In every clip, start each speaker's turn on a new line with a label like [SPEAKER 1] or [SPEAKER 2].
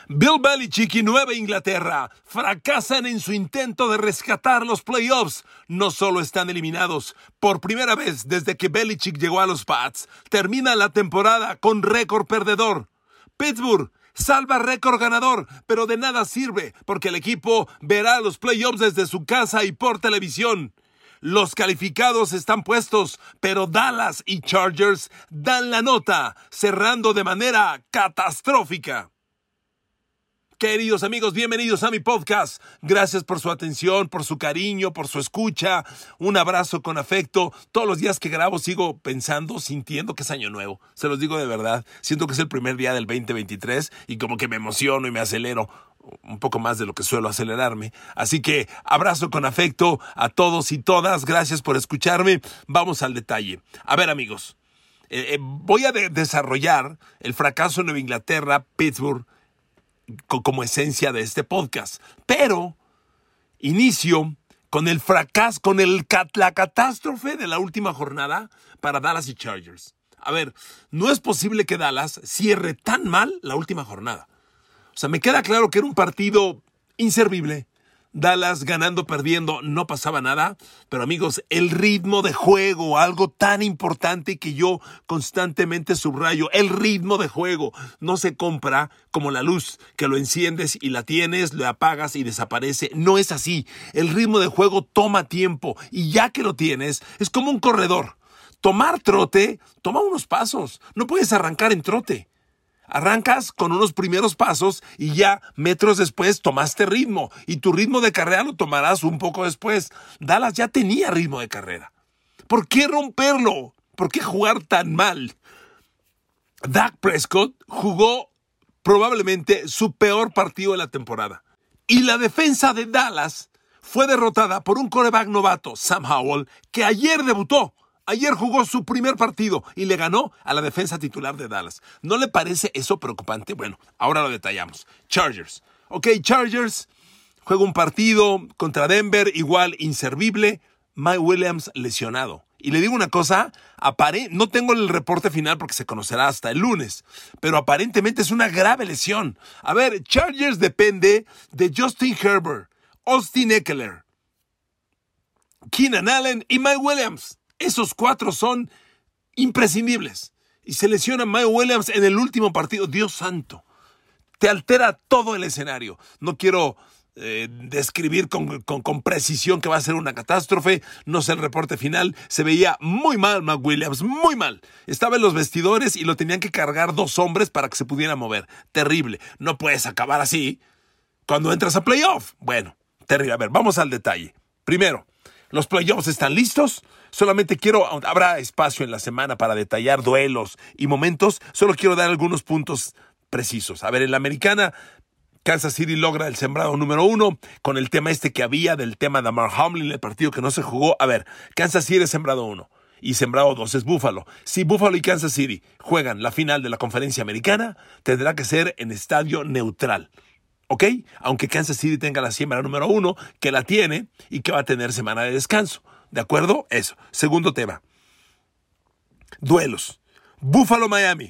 [SPEAKER 1] Bill Belichick y Nueva Inglaterra fracasan en su intento de rescatar los playoffs. No solo están eliminados, por primera vez desde que Belichick llegó a los Pats, termina la temporada con récord perdedor. Pittsburgh salva récord ganador, pero de nada sirve porque el equipo verá los playoffs desde su casa y por televisión. Los calificados están puestos, pero Dallas y Chargers dan la nota, cerrando de manera catastrófica. Queridos amigos, bienvenidos a mi podcast. Gracias por su atención, por su cariño, por su escucha. Un abrazo con afecto. Todos los días que grabo sigo pensando, sintiendo que es año nuevo. Se los digo de verdad. Siento que es el primer día del 2023 y como que me emociono y me acelero un poco más de lo que suelo acelerarme. Así que abrazo con afecto a todos y todas. Gracias por escucharme. Vamos al detalle. A ver, amigos, voy a desarrollar el fracaso en Nueva Inglaterra, Pittsburgh, como esencia de este podcast. Pero inicio con el fracaso, con la catástrofe de la última jornada para Dallas y Chargers. A ver, no es posible que Dallas cierre tan mal la última jornada. O sea, me queda claro que era un partido inservible. Dallas ganando, perdiendo, no pasaba nada. Pero amigos, el ritmo de juego, algo tan importante que yo constantemente subrayo. El ritmo de juego no se compra como la luz, que lo enciendes y la tienes, lo apagas y desaparece. No es así. El ritmo de juego toma tiempo y ya que lo tienes, es como un corredor. Tomar trote, toma unos pasos. No puedes arrancar en trote. Arrancas con unos primeros pasos y ya metros después tomaste ritmo. Y tu ritmo de carrera lo tomarás un poco después. Dallas ya tenía ritmo de carrera. ¿Por qué romperlo? ¿Por qué jugar tan mal? Dak Prescott jugó probablemente su peor partido de la temporada. Y la defensa de Dallas fue derrotada por un quarterback novato, Sam Howell, que ayer debutó. Ayer jugó su primer partido y le ganó a la defensa titular de Dallas. ¿No le parece eso preocupante? Bueno, ahora lo detallamos. Chargers. Ok, Chargers juega un partido contra Denver, igual inservible. Mike Williams lesionado. Y le digo una cosa, no tengo el reporte final porque se conocerá hasta el lunes, pero aparentemente es una grave lesión. A ver, Chargers depende de Justin Herbert, Austin Ekeler, Keenan Allen y Mike Williams. Esos cuatro son imprescindibles. Y se lesiona Mike Williams en el último partido. Dios santo. Te altera todo el escenario. No quiero describir con precisión que va a ser una catástrofe. No sé el reporte final. Se veía muy mal Mike Williams. Muy mal. Estaba en los vestidores y lo tenían que cargar 2 hombres para que se pudiera mover. Terrible. No puedes acabar así cuando entras a playoff. Bueno, terrible. A ver, vamos al detalle. Primero, los playoffs están listos. Solamente habrá espacio en la semana para detallar duelos y momentos. Solo quiero dar algunos puntos precisos. A ver, en la americana, Kansas City logra el sembrado número 1 con el tema que había del tema de Damar Hamlin, el partido que no se jugó. A ver, Kansas City es sembrado 1 y sembrado 2 es Buffalo. Si Buffalo y Kansas City juegan la final de la conferencia americana, tendrá que ser en estadio neutral. ¿Ok? Aunque Kansas City tenga la siembra número 1, que la tiene y que va a tener semana de descanso. ¿De acuerdo? Eso. Segundo tema. Duelos. Buffalo-Miami,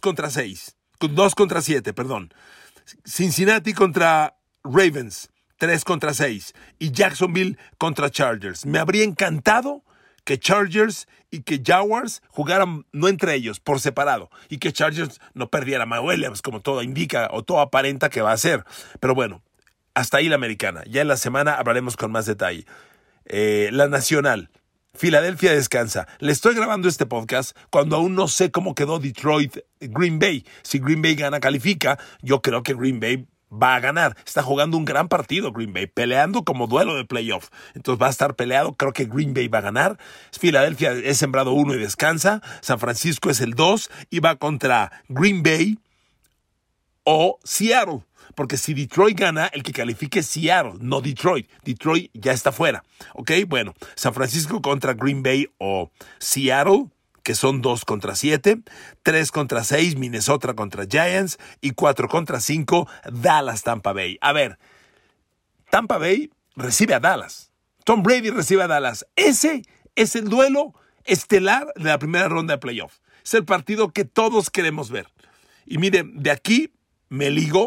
[SPEAKER 1] 2-7, perdón. Cincinnati contra Ravens, 3-6. Y Jacksonville contra Chargers. Me habría encantado que Chargers y que Jaguars jugaran no entre ellos, por separado. Y que Chargers no perdiera a Mike Williams, como todo indica o todo aparenta que va a ser. Pero bueno, hasta ahí la americana. Ya en la semana hablaremos con más detalle. La nacional. Filadelfia descansa. Le estoy grabando este podcast cuando aún no sé cómo quedó Detroit, Green Bay. Si Green Bay gana, califica. Yo creo que Green Bay va a ganar. Está jugando un gran partido Green Bay, peleando como duelo de playoff. Entonces va a estar peleado. Creo que Green Bay va a ganar. Filadelfia es sembrado 1 y descansa. San Francisco es el 2 y va contra Green Bay o Seattle. Porque si Detroit gana, el que califique es Seattle, no Detroit. Detroit ya está fuera. ¿Ok? Bueno, San Francisco contra Green Bay o Seattle, que son 2-7. 3-6, Minnesota contra Giants. Y 4-5, Dallas, Tampa Bay. A ver, Tampa Bay recibe a Dallas. Tom Brady recibe a Dallas. Ese es el duelo estelar de la primera ronda de playoff. Es el partido que todos queremos ver. Y miren, de aquí me ligo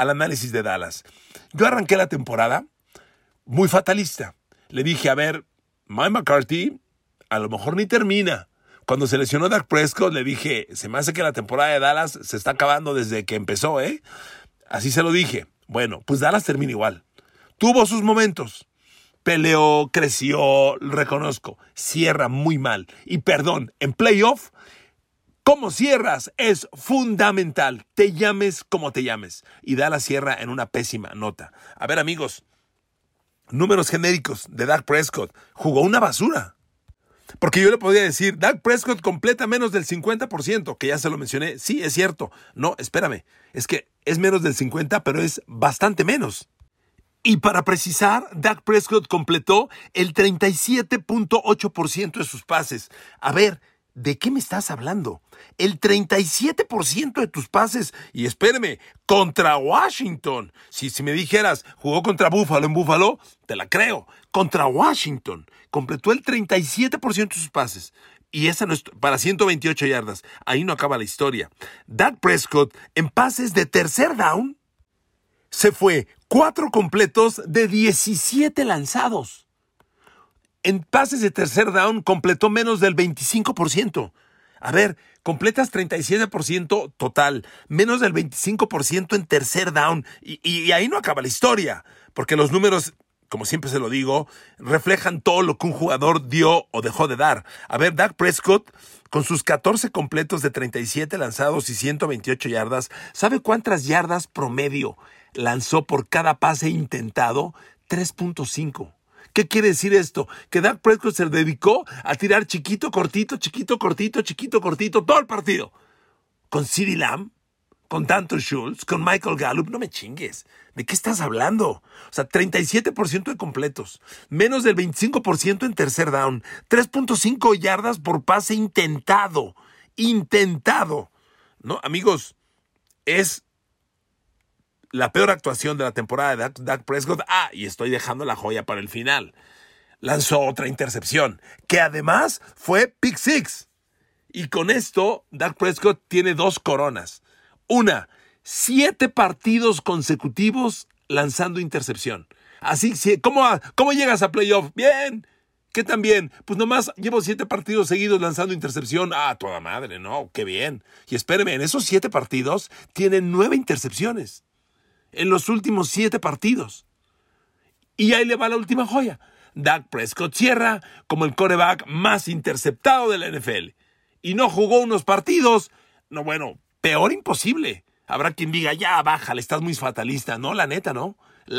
[SPEAKER 1] al análisis de Dallas. Yo arranqué la temporada muy fatalista. Le dije, a ver, Mike McCarthy a lo mejor ni termina. Cuando se lesionó Dak Prescott, le dije, se me hace que la temporada de Dallas se está acabando desde que empezó, ¿eh? Así se lo dije. Bueno, pues Dallas termina igual. Tuvo sus momentos. Peleó, creció, reconozco. Cierra muy mal. Y perdón, en playoff, cómo cierras es fundamental. Te llames como te llames. Y Dallas cierra en una pésima nota. A ver, amigos, números genéricos de Dak Prescott. Jugó una basura. Porque yo le podría decir, Dak Prescott completa menos del 50%, que ya se lo mencioné. Sí, es cierto. No, espérame. Es que es menos del 50%, pero es bastante menos. Y para precisar, Dak Prescott completó el 37.8% de sus pases. A ver, ¿de qué me estás hablando? El 37% de tus pases. Y espérame, contra Washington. Si me dijeras, jugó contra Buffalo en Buffalo, te la creo. Contra Washington. Completó el 37% de sus pases. Y esa no es para 128 yardas. Ahí no acaba la historia. Dak Prescott, en pases de tercer down, se fue 4 completos de 17 lanzados. En pases de tercer down completó menos del 25%. A ver, completas 37% total, menos del 25% en tercer down. Y ahí no acaba la historia, porque los números, como siempre se lo digo, reflejan todo lo que un jugador dio o dejó de dar. A ver, Dak Prescott, con sus 14 completos de 37 lanzados y 128 yardas, ¿sabe cuántas yardas promedio lanzó por cada pase intentado? 3.5. ¿Qué quiere decir esto? Que Dak Prescott se dedicó a tirar chiquito, cortito, todo el partido. Con CeeDee Lamb, con Dalton Schultz, con Michael Gallup. No me chingues. ¿De qué estás hablando? O sea, 37% de completos, menos del 25% en tercer down, 3.5 yardas por pase intentado. ¿No, amigos? Es la peor actuación de la temporada de Dak Prescott. Y estoy dejando la joya para el final. Lanzó otra intercepción, que además fue pick six. Y con esto, Dak Prescott tiene 2 coronas. Una, 7 partidos consecutivos lanzando intercepción. Así, ¿cómo llegas a playoff? Bien. ¿Qué tan bien? Pues nomás llevo 7 partidos seguidos lanzando intercepción. Toda madre, ¿no? Qué bien. Y espéreme, en esos 7 partidos tienen 9 intercepciones. En los últimos 7 partidos. Y ahí le va la última joya. Dak Prescott cierra como el quarterback más interceptado de la NFL. Y no jugó unos partidos. No, bueno, peor imposible. Habrá quien diga, ya, bájale, estás muy fatalista. No, la neta no.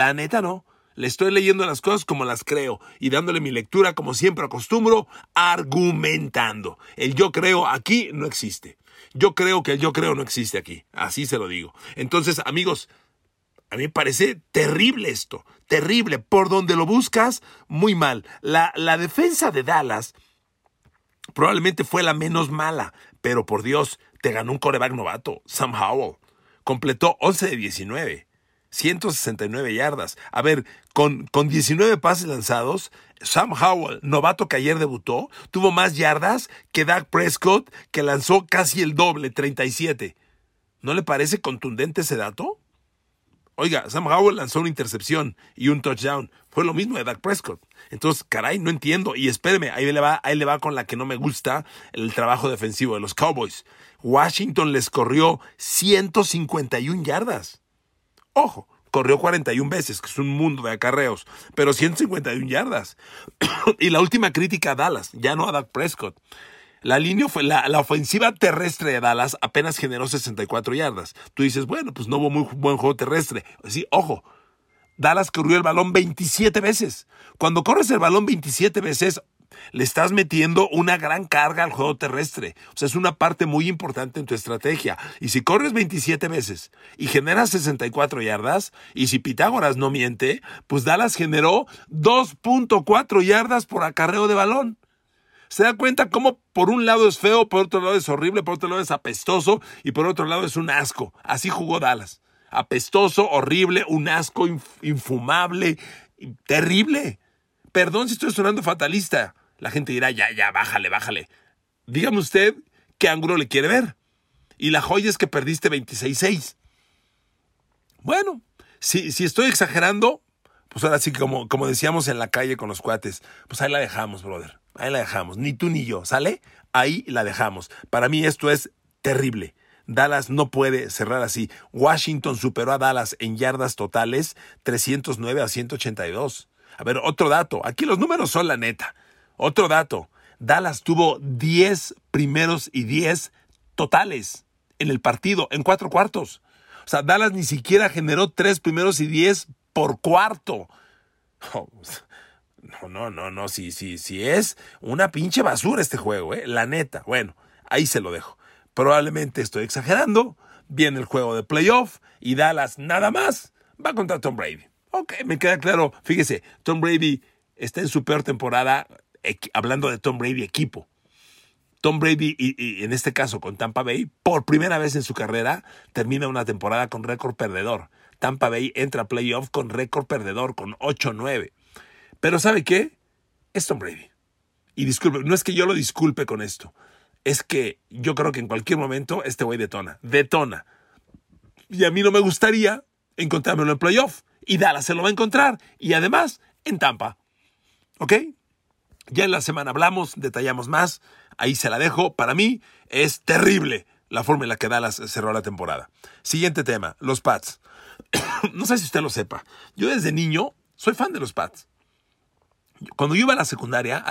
[SPEAKER 1] Le estoy leyendo las cosas como las creo y dándole mi lectura como siempre acostumbro, argumentando. El yo creo aquí no existe. Yo creo que el yo creo no existe aquí. Así se lo digo. Entonces, amigos, a mí me parece terrible esto, terrible. Por donde lo buscas, muy mal. La defensa de Dallas probablemente fue la menos mala, pero por Dios, te ganó un quarterback novato, Sam Howell. Completó 11 de 19, 169 yardas. A ver, con 19 pases lanzados, Sam Howell, novato que ayer debutó, tuvo más yardas que Dak Prescott, que lanzó casi el doble, 37. ¿No le parece contundente ese dato? Oiga, Sam Howell lanzó una intercepción y un touchdown. Fue lo mismo de Dak Prescott. Entonces, caray, no entiendo. Y espéreme, ahí le va con la que no me gusta, el trabajo defensivo de los Cowboys. Washington les corrió 151 yardas. Ojo, corrió 41 veces, que es un mundo de acarreos, pero 151 yardas. Y la última crítica a Dallas, ya no a Dak Prescott. La ofensiva terrestre de Dallas apenas generó 64 yardas. Tú dices, bueno, pues no hubo muy buen juego terrestre. Sí, ojo, Dallas corrió el balón 27 veces. Cuando corres el balón 27 veces, le estás metiendo una gran carga al juego terrestre. O sea, es una parte muy importante en tu estrategia. Y si corres 27 veces y generas 64 yardas, y si Pitágoras no miente, pues Dallas generó 2.4 yardas por acarreo de balón. Se da cuenta cómo por un lado es feo, por otro lado es horrible, por otro lado es apestoso y por otro lado es un asco. Así jugó Dallas. Apestoso, horrible, un asco infumable, terrible. Perdón si estoy sonando fatalista. La gente dirá, ya, bájale. Dígame usted qué ángulo le quiere ver. Y la joya es que perdiste 26-6. Bueno, si estoy exagerando, pues ahora sí, como decíamos en la calle con los cuates, pues ahí la dejamos, brother. Ahí la dejamos. Ni tú ni yo, ¿sale? Ahí la dejamos. Para mí esto es terrible. Dallas no puede cerrar así. Washington superó a Dallas en yardas totales 309 a 182. A ver, otro dato. Aquí los números son la neta. Otro dato. Dallas tuvo 10 primeros y 10 totales en el partido, en 4 cuartos. O sea, Dallas ni siquiera generó 3 primeros y 10 por cuarto. Oh, no, sí es una pinche basura este juego, la neta. Bueno, ahí se lo dejo. Probablemente estoy exagerando. Viene el juego de playoff y Dallas nada más va contra Tom Brady. Ok, me queda claro. Fíjese, Tom Brady está en su peor temporada, hablando de Tom Brady equipo. Tom Brady, y en este caso con Tampa Bay, por primera vez en su carrera, termina una temporada con récord perdedor. Tampa Bay entra a playoff con récord perdedor, con 8-9. Pero ¿sabe qué? Es Tom Brady. Y disculpe, no es que yo lo disculpe con esto. Es que yo creo que en cualquier momento este güey detona. Y a mí no me gustaría encontrármelo en playoff. Y Dallas se lo va a encontrar. Y además, en Tampa. ¿Ok? Ya en la semana hablamos, detallamos más. Ahí se la dejo. Para mí es terrible la forma en la que Dallas cerró la temporada. Siguiente tema, los Pats. No sé si usted lo sepa. Yo desde niño soy fan de los Pats. Cuando yo iba a la secundaria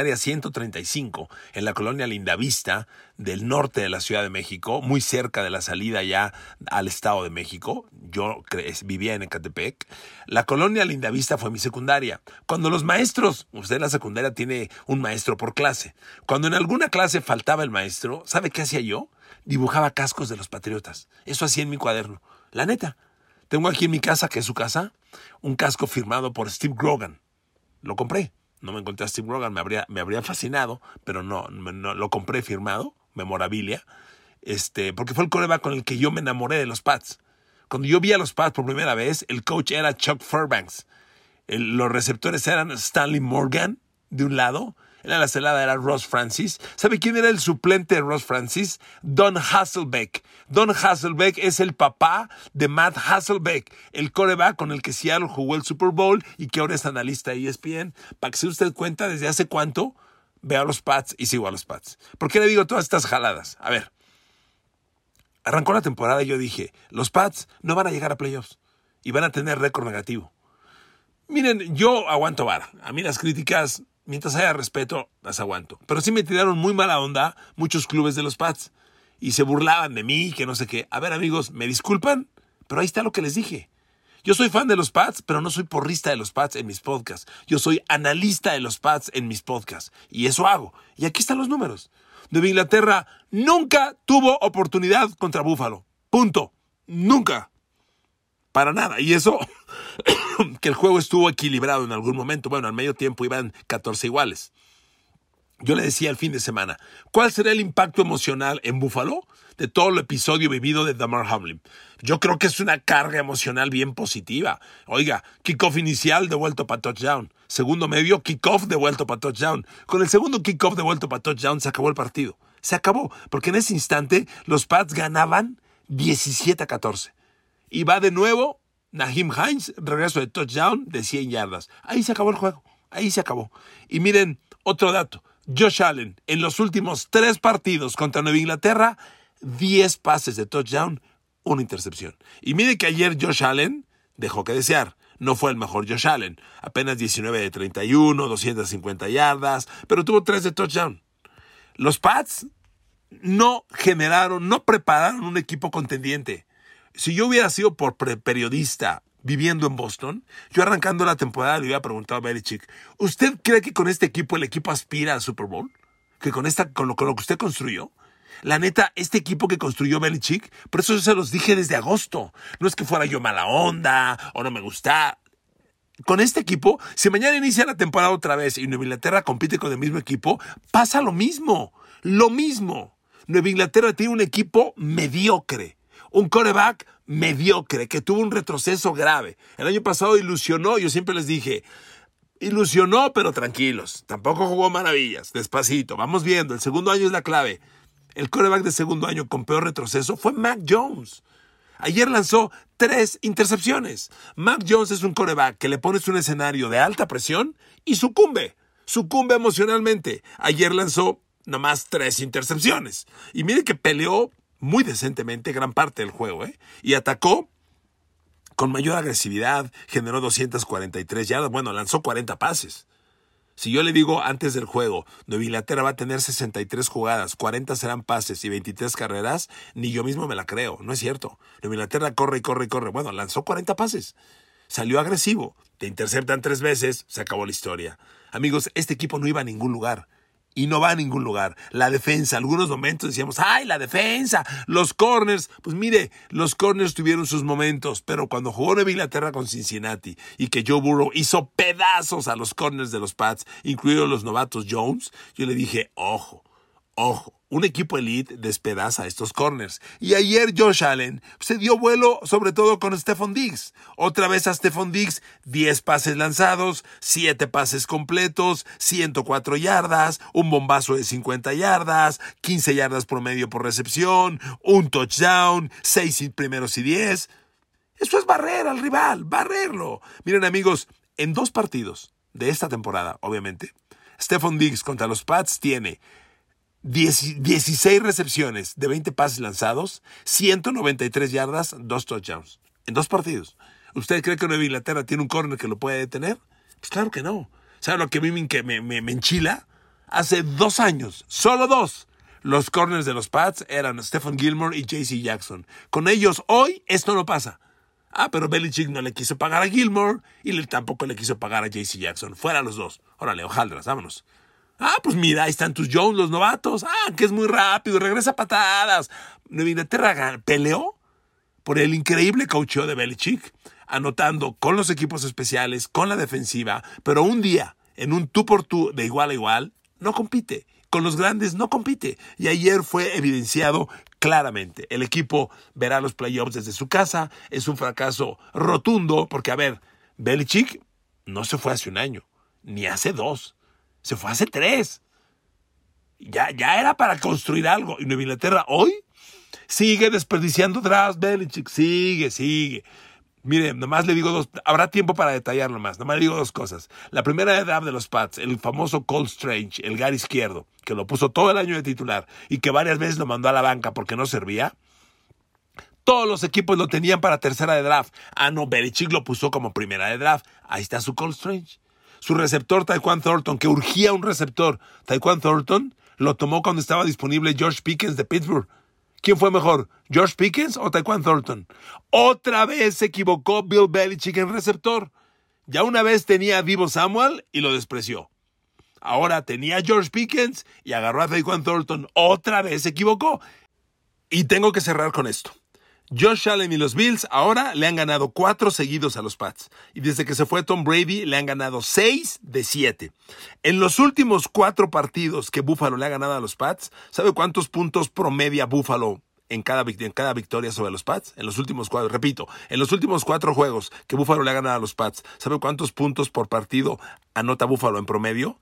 [SPEAKER 1] 135, en la colonia Lindavista del norte de la Ciudad de México, muy cerca de la salida ya al Estado de México, yo vivía en Ecatepec, la colonia Lindavista fue mi secundaria. Cuando los maestros, usted en la secundaria tiene un maestro por clase, cuando en alguna clase faltaba el maestro, ¿sabe qué hacía yo? Dibujaba cascos de los Patriotas. Eso hacía en mi cuaderno. La neta, tengo aquí en mi casa, que es su casa, un casco firmado por Steve Grogan. Lo compré. No me encontré a Steve Grogan, me habría fascinado, pero no lo compré firmado, memorabilia, porque fue el quarterback con el que yo me enamoré de los Pats. Cuando yo vi a los Pats por primera vez, el coach era Chuck Fairbanks. Los receptores eran Stanley Morgan, de un lado. En la celada era Ross Francis. ¿Sabe quién era el suplente de Ross Francis? Don Hasselbeck. Don Hasselbeck es el papá de Matt Hasselbeck, el quarterback con el que Seattle jugó el Super Bowl y que ahora es analista de ESPN. Para que se usted cuenta desde hace cuánto veo a los Pats y sigo a los Pats. ¿Por qué le digo todas estas jaladas? A ver, arrancó la temporada y yo dije, los Pats no van a llegar a playoffs y van a tener récord negativo. Miren, yo aguanto vara. A mí las críticas, mientras haya respeto, las aguanto. Pero sí me tiraron muy mala onda muchos clubes de los Pats. Y se burlaban de mí, que no sé qué. A ver, amigos, ¿me disculpan? Pero ahí está lo que les dije. Yo soy fan de los Pats, pero no soy porrista de los Pats en mis podcasts. Yo soy analista de los Pats en mis podcasts. Y eso hago. Y aquí están los números. Nueva Inglaterra nunca tuvo oportunidad contra Buffalo. Punto. Nunca. Para nada. Y eso, que el juego estuvo equilibrado en algún momento. Bueno, al medio tiempo iban 14 iguales. Yo le decía el fin de semana, ¿cuál será el impacto emocional en Buffalo de todo el episodio vivido de Damar Hamlin? Yo creo que es una carga emocional bien positiva. Oiga, kickoff inicial devuelto para touchdown. Segundo medio, kickoff devuelto para touchdown. Con el segundo kickoff devuelto para touchdown se acabó el partido. Se acabó, porque en ese instante los Pats ganaban 17-14. Y va de nuevo Nyheim Hines, regreso de touchdown de 100 yardas. Ahí se acabó el juego. Ahí se acabó. Y miren, otro dato. Josh Allen, en los últimos 3 partidos contra Nueva Inglaterra, 10 pases de touchdown, 1 intercepción. Y mire que ayer Josh Allen dejó que desear. No fue el mejor Josh Allen. Apenas 19 de 31, 250 yardas, pero tuvo 3 de touchdown. Los Pats no prepararon un equipo contendiente. Si yo hubiera sido por periodista viviendo en Boston, yo arrancando la temporada le hubiera preguntado a Belichick, ¿usted cree que con este equipo el equipo aspira al Super Bowl? ¿Que con lo que usted construyó? La neta, este equipo que construyó Belichick, por eso yo se los dije desde agosto. No es que fuera yo mala onda o no me gusta. Con este equipo, si mañana inicia la temporada otra vez y Nueva Inglaterra compite con el mismo equipo, pasa lo mismo. Lo mismo. Nueva Inglaterra tiene un equipo mediocre. Un quarterback mediocre, que tuvo un retroceso grave. El año pasado ilusionó, yo siempre les dije, ilusionó, pero tranquilos. Tampoco jugó maravillas, despacito. Vamos viendo, el segundo año es la clave. El quarterback de segundo año con peor retroceso fue Mac Jones. Ayer lanzó 3 intercepciones. Mac Jones es un quarterback que le pones un escenario de alta presión y sucumbe emocionalmente. Ayer lanzó nomás 3 intercepciones. Y mire que peleó muy decentemente gran parte del juego, y atacó con mayor agresividad, generó 243 yardas, lanzó 40 pases. Si yo le digo antes del juego, Nueva Inglaterra va a tener 63 jugadas, 40 serán pases y 23 carreras, ni yo mismo me la creo, no es cierto. Nueva Inglaterra corre y corre y corre. Lanzó 40 pases, salió agresivo, te interceptan 3 veces, se acabó la historia. Amigos, este equipo no iba a ningún lugar. Y no va a ningún lugar. La defensa, algunos momentos decíamos, ¡ay, la defensa! Los corners. Pues mire, los corners tuvieron sus momentos, pero cuando jugó Nueva Inglaterra con Cincinnati y que Joe Burrow hizo pedazos a los corners de los Pats, incluidos los novatos Jones, yo le dije, ojo, un equipo elite despedaza a estos corners. Y ayer Josh Allen se dio vuelo sobre todo con Stefon Diggs. Otra vez a Stefon Diggs, 10 pases lanzados, 7 pases completos, 104 yardas, un bombazo de 50 yardas, 15 yardas promedio por recepción, un touchdown, 6 primeros y 10. Eso es barrer al rival, barrerlo. Miren amigos, en 2 partidos de esta temporada, obviamente, Stefon Diggs contra los Pats tiene 16 recepciones de 20 pases lanzados, 193 yardas, 2 touchdowns. En 2 partidos. ¿Usted cree que Nueva Inglaterra tiene un corner que lo puede detener? Pues claro que no. ¿Sabe lo que a mí me enchila? Hace 2 años, solo 2, los corners de los Pats eran Stephon Gilmore y J.C. Jackson. Con ellos hoy esto no pasa. Pero Belichick no le quiso pagar a Gilmore y tampoco le quiso pagar a J.C. Jackson. Fuera los 2. Órale, hojaldras, vámonos. Pues mira, ahí están tus Jones, los novatos. Que es muy rápido, regresa a patadas. Nueva Inglaterra peleó por el increíble coacheo de Belichick, anotando con los equipos especiales, con la defensiva, pero un día, en un tú por tú de igual a igual, no compite. Con los grandes no compite. Y ayer fue evidenciado claramente. El equipo verá los playoffs desde su casa. Es un fracaso rotundo porque, Belichick no se fue hace un año, ni hace 2. Se fue hace 3. Ya era para construir algo. Y Nueva Inglaterra hoy sigue desperdiciando drafts. Belichick sigue. Mire, nomás le digo 2. Habrá tiempo para detallarlo más. Nomás le digo 2 cosas. La primera draft de los Pats, el famoso Cole Strange, el guard izquierdo, que lo puso todo el año de titular y que varias veces lo mandó a la banca porque no servía. Todos los equipos lo tenían para tercera de draft. No, Belichick lo puso como primera de draft. Ahí está su Cole Strange. Su receptor, Tyquan Thornton, que urgía un receptor. Tyquan Thornton lo tomó cuando estaba disponible George Pickens de Pittsburgh. ¿Quién fue mejor, George Pickens o Tyquan Thornton? Otra vez se equivocó Bill Belichick en receptor. Ya una vez tenía a Deebo Samuel y lo despreció. Ahora tenía a George Pickens y agarró a Tyquan Thornton. Otra vez se equivocó. Y tengo que cerrar con esto. Josh Allen y los Bills ahora le han ganado 4 seguidos a los Pats. Y desde que se fue Tom Brady le han ganado 6 de 7. En los últimos 4 partidos que Buffalo le ha ganado a los Pats, ¿sabe cuántos puntos promedia Buffalo en cada victoria sobre los Pats? En los últimos 4, repito, en los últimos 4 juegos que Buffalo le ha ganado a los Pats, ¿sabe cuántos puntos por partido anota Buffalo en promedio?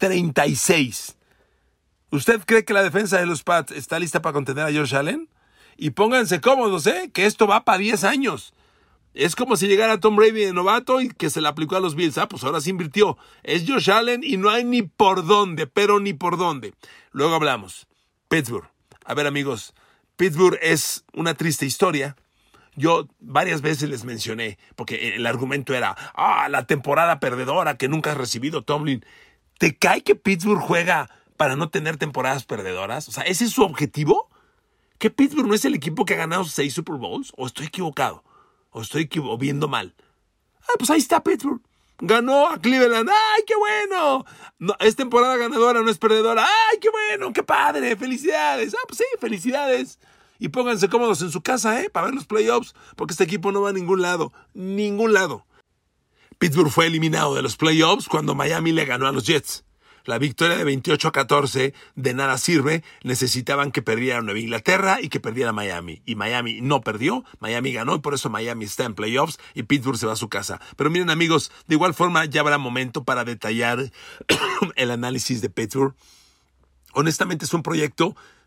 [SPEAKER 1] 36. ¿Usted cree que la defensa de los Pats está lista para contener a Josh Allen? Y pónganse cómodos, que esto va para 10 años. Es como si llegara Tom Brady de novato y que se le aplicó a los Bills. Pues ahora se invirtió. Es Josh Allen y no hay ni por dónde, pero ni por dónde. Luego hablamos. Pittsburgh. Amigos, Pittsburgh es una triste historia. Yo varias veces les mencioné, porque el argumento era, la temporada perdedora que nunca ha recibido Tomlin. ¿Te cae que Pittsburgh juega para no tener temporadas perdedoras? O sea, ¿ese es su objetivo? ¿Que Pittsburgh no es el equipo que ha ganado 6 Super Bowls? ¿O estoy equivocado? ¿O estoy viendo mal? Pues ahí está Pittsburgh. Ganó a Cleveland. ¡Ay, qué bueno! No, es temporada ganadora, no es perdedora. ¡Ay, qué bueno! ¡Qué padre! ¡Felicidades! Pues sí, felicidades. Y pónganse cómodos en su casa, para ver los playoffs, porque este equipo no va a ningún lado. Ningún lado. Pittsburgh fue eliminado de los playoffs cuando Miami le ganó a los Jets. La victoria de 28-14 de nada sirve. Necesitaban que perdiera Nueva Inglaterra y que perdiera Miami. Y Miami no perdió, Miami ganó y por eso Miami está en playoffs y Pittsburgh se va a su casa. Pero miren amigos, de igual forma ya habrá momento para detallar el análisis de Pittsburgh. Honestamente es un proyecto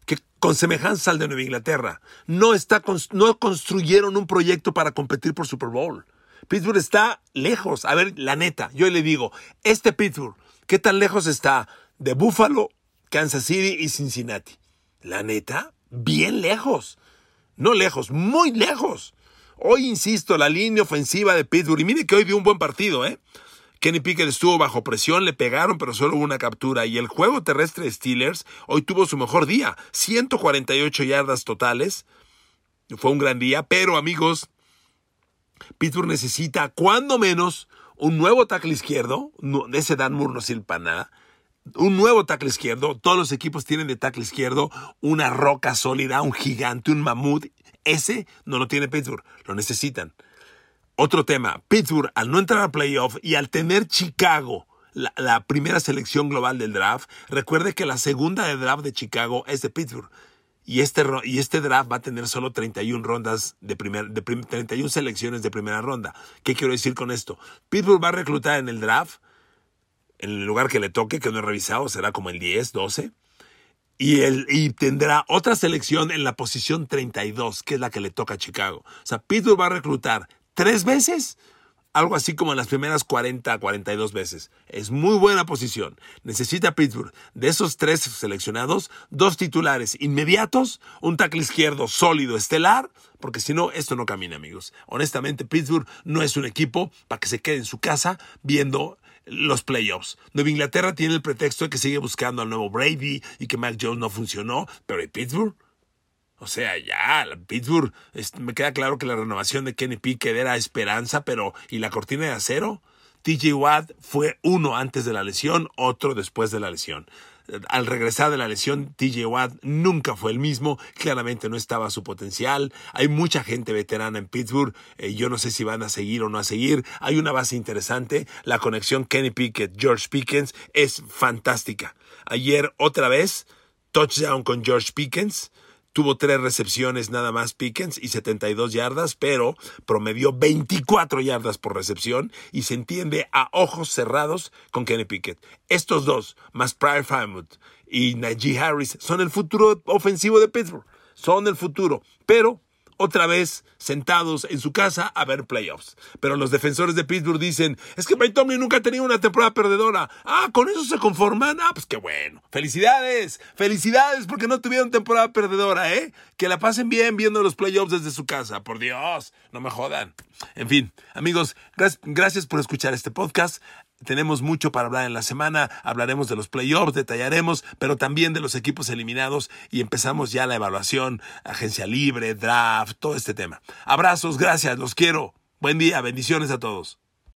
[SPEAKER 1] que con semejanza al de Nueva Inglaterra. No construyeron un proyecto para competir por Super Bowl. Pittsburgh está lejos. A ver, la neta, yo le digo, Pittsburgh, ¿qué tan lejos está de Buffalo, Kansas City y Cincinnati? La neta, bien lejos. No lejos, muy lejos. Hoy, insisto, la línea ofensiva de Pittsburgh, y mire que hoy dio un buen partido, Kenny Pickett estuvo bajo presión, le pegaron, pero solo hubo una captura. Y el juego terrestre de Steelers hoy tuvo su mejor día. 148 yardas totales. Fue un gran día, pero amigos, Pittsburgh necesita, cuando menos, un nuevo tackle izquierdo. De ese Dan Moore no sirve para nada. Un nuevo tackle izquierdo. Todos los equipos tienen de tackle izquierdo una roca sólida, un gigante, un mamut. Ese no lo tiene Pittsburgh. Lo necesitan. Otro tema, Pittsburgh, al no entrar a playoff y al tener Chicago, la primera selección global del draft, recuerde que la segunda de draft de Chicago es de Pittsburgh. Y este draft va a tener solo 31 rondas 31 selecciones de primera ronda. ¿Qué quiero decir con esto? Pittsburgh va a reclutar en el draft, en el lugar que le toque, que no he revisado, será como el 10, 12. Y tendrá otra selección en la posición 32, que es la que le toca a Chicago. O sea, Pittsburgh va a reclutar 3 veces, algo así como en las primeras 40, 42 veces. Es muy buena posición. Necesita Pittsburgh, de esos 3 seleccionados, 2 titulares inmediatos, un tackle izquierdo sólido, estelar, porque si no, esto no camina, amigos. Honestamente, Pittsburgh no es un equipo para que se quede en su casa viendo los playoffs. Nueva Inglaterra tiene el pretexto de que sigue buscando al nuevo Brady y que Mac Jones no funcionó, pero ¿y Pittsburgh? O sea, ya, Pittsburgh, me queda claro que la renovación de Kenny Pickett era esperanza, pero ¿y la cortina de acero? TJ Watt fue uno antes de la lesión, otro después de la lesión. Al regresar de la lesión, TJ Watt nunca fue el mismo, claramente no estaba a su potencial. Hay mucha gente veterana en Pittsburgh, yo no sé si van a seguir o no a seguir. Hay una base interesante, la conexión Kenny Pickett-George Pickens es fantástica. Ayer otra vez, touchdown con George Pickens. Tuvo 3 recepciones nada más Pickens y 72 yardas, pero promedió 24 yardas por recepción y se entiende a ojos cerrados con Kenny Pickett. Estos dos, más Pryor Famut y Najee Harris, son el futuro ofensivo de Pittsburgh. Son el futuro, pero otra vez sentados en su casa a ver playoffs. Pero los defensores de Pittsburgh dicen, es que Mike Tomlin nunca ha tenido una temporada perdedora. ¿Con eso se conforman? Pues qué bueno. ¡Felicidades! ¡Felicidades porque no tuvieron temporada perdedora, Que la pasen bien viendo los playoffs desde su casa. Por Dios, no me jodan. En fin, amigos, gracias por escuchar este podcast. Tenemos mucho para hablar en la semana, hablaremos de los playoffs, detallaremos, pero también de los equipos eliminados y empezamos ya la evaluación, agencia libre, draft, todo este tema. Abrazos, gracias, los quiero. Buen día, bendiciones a todos.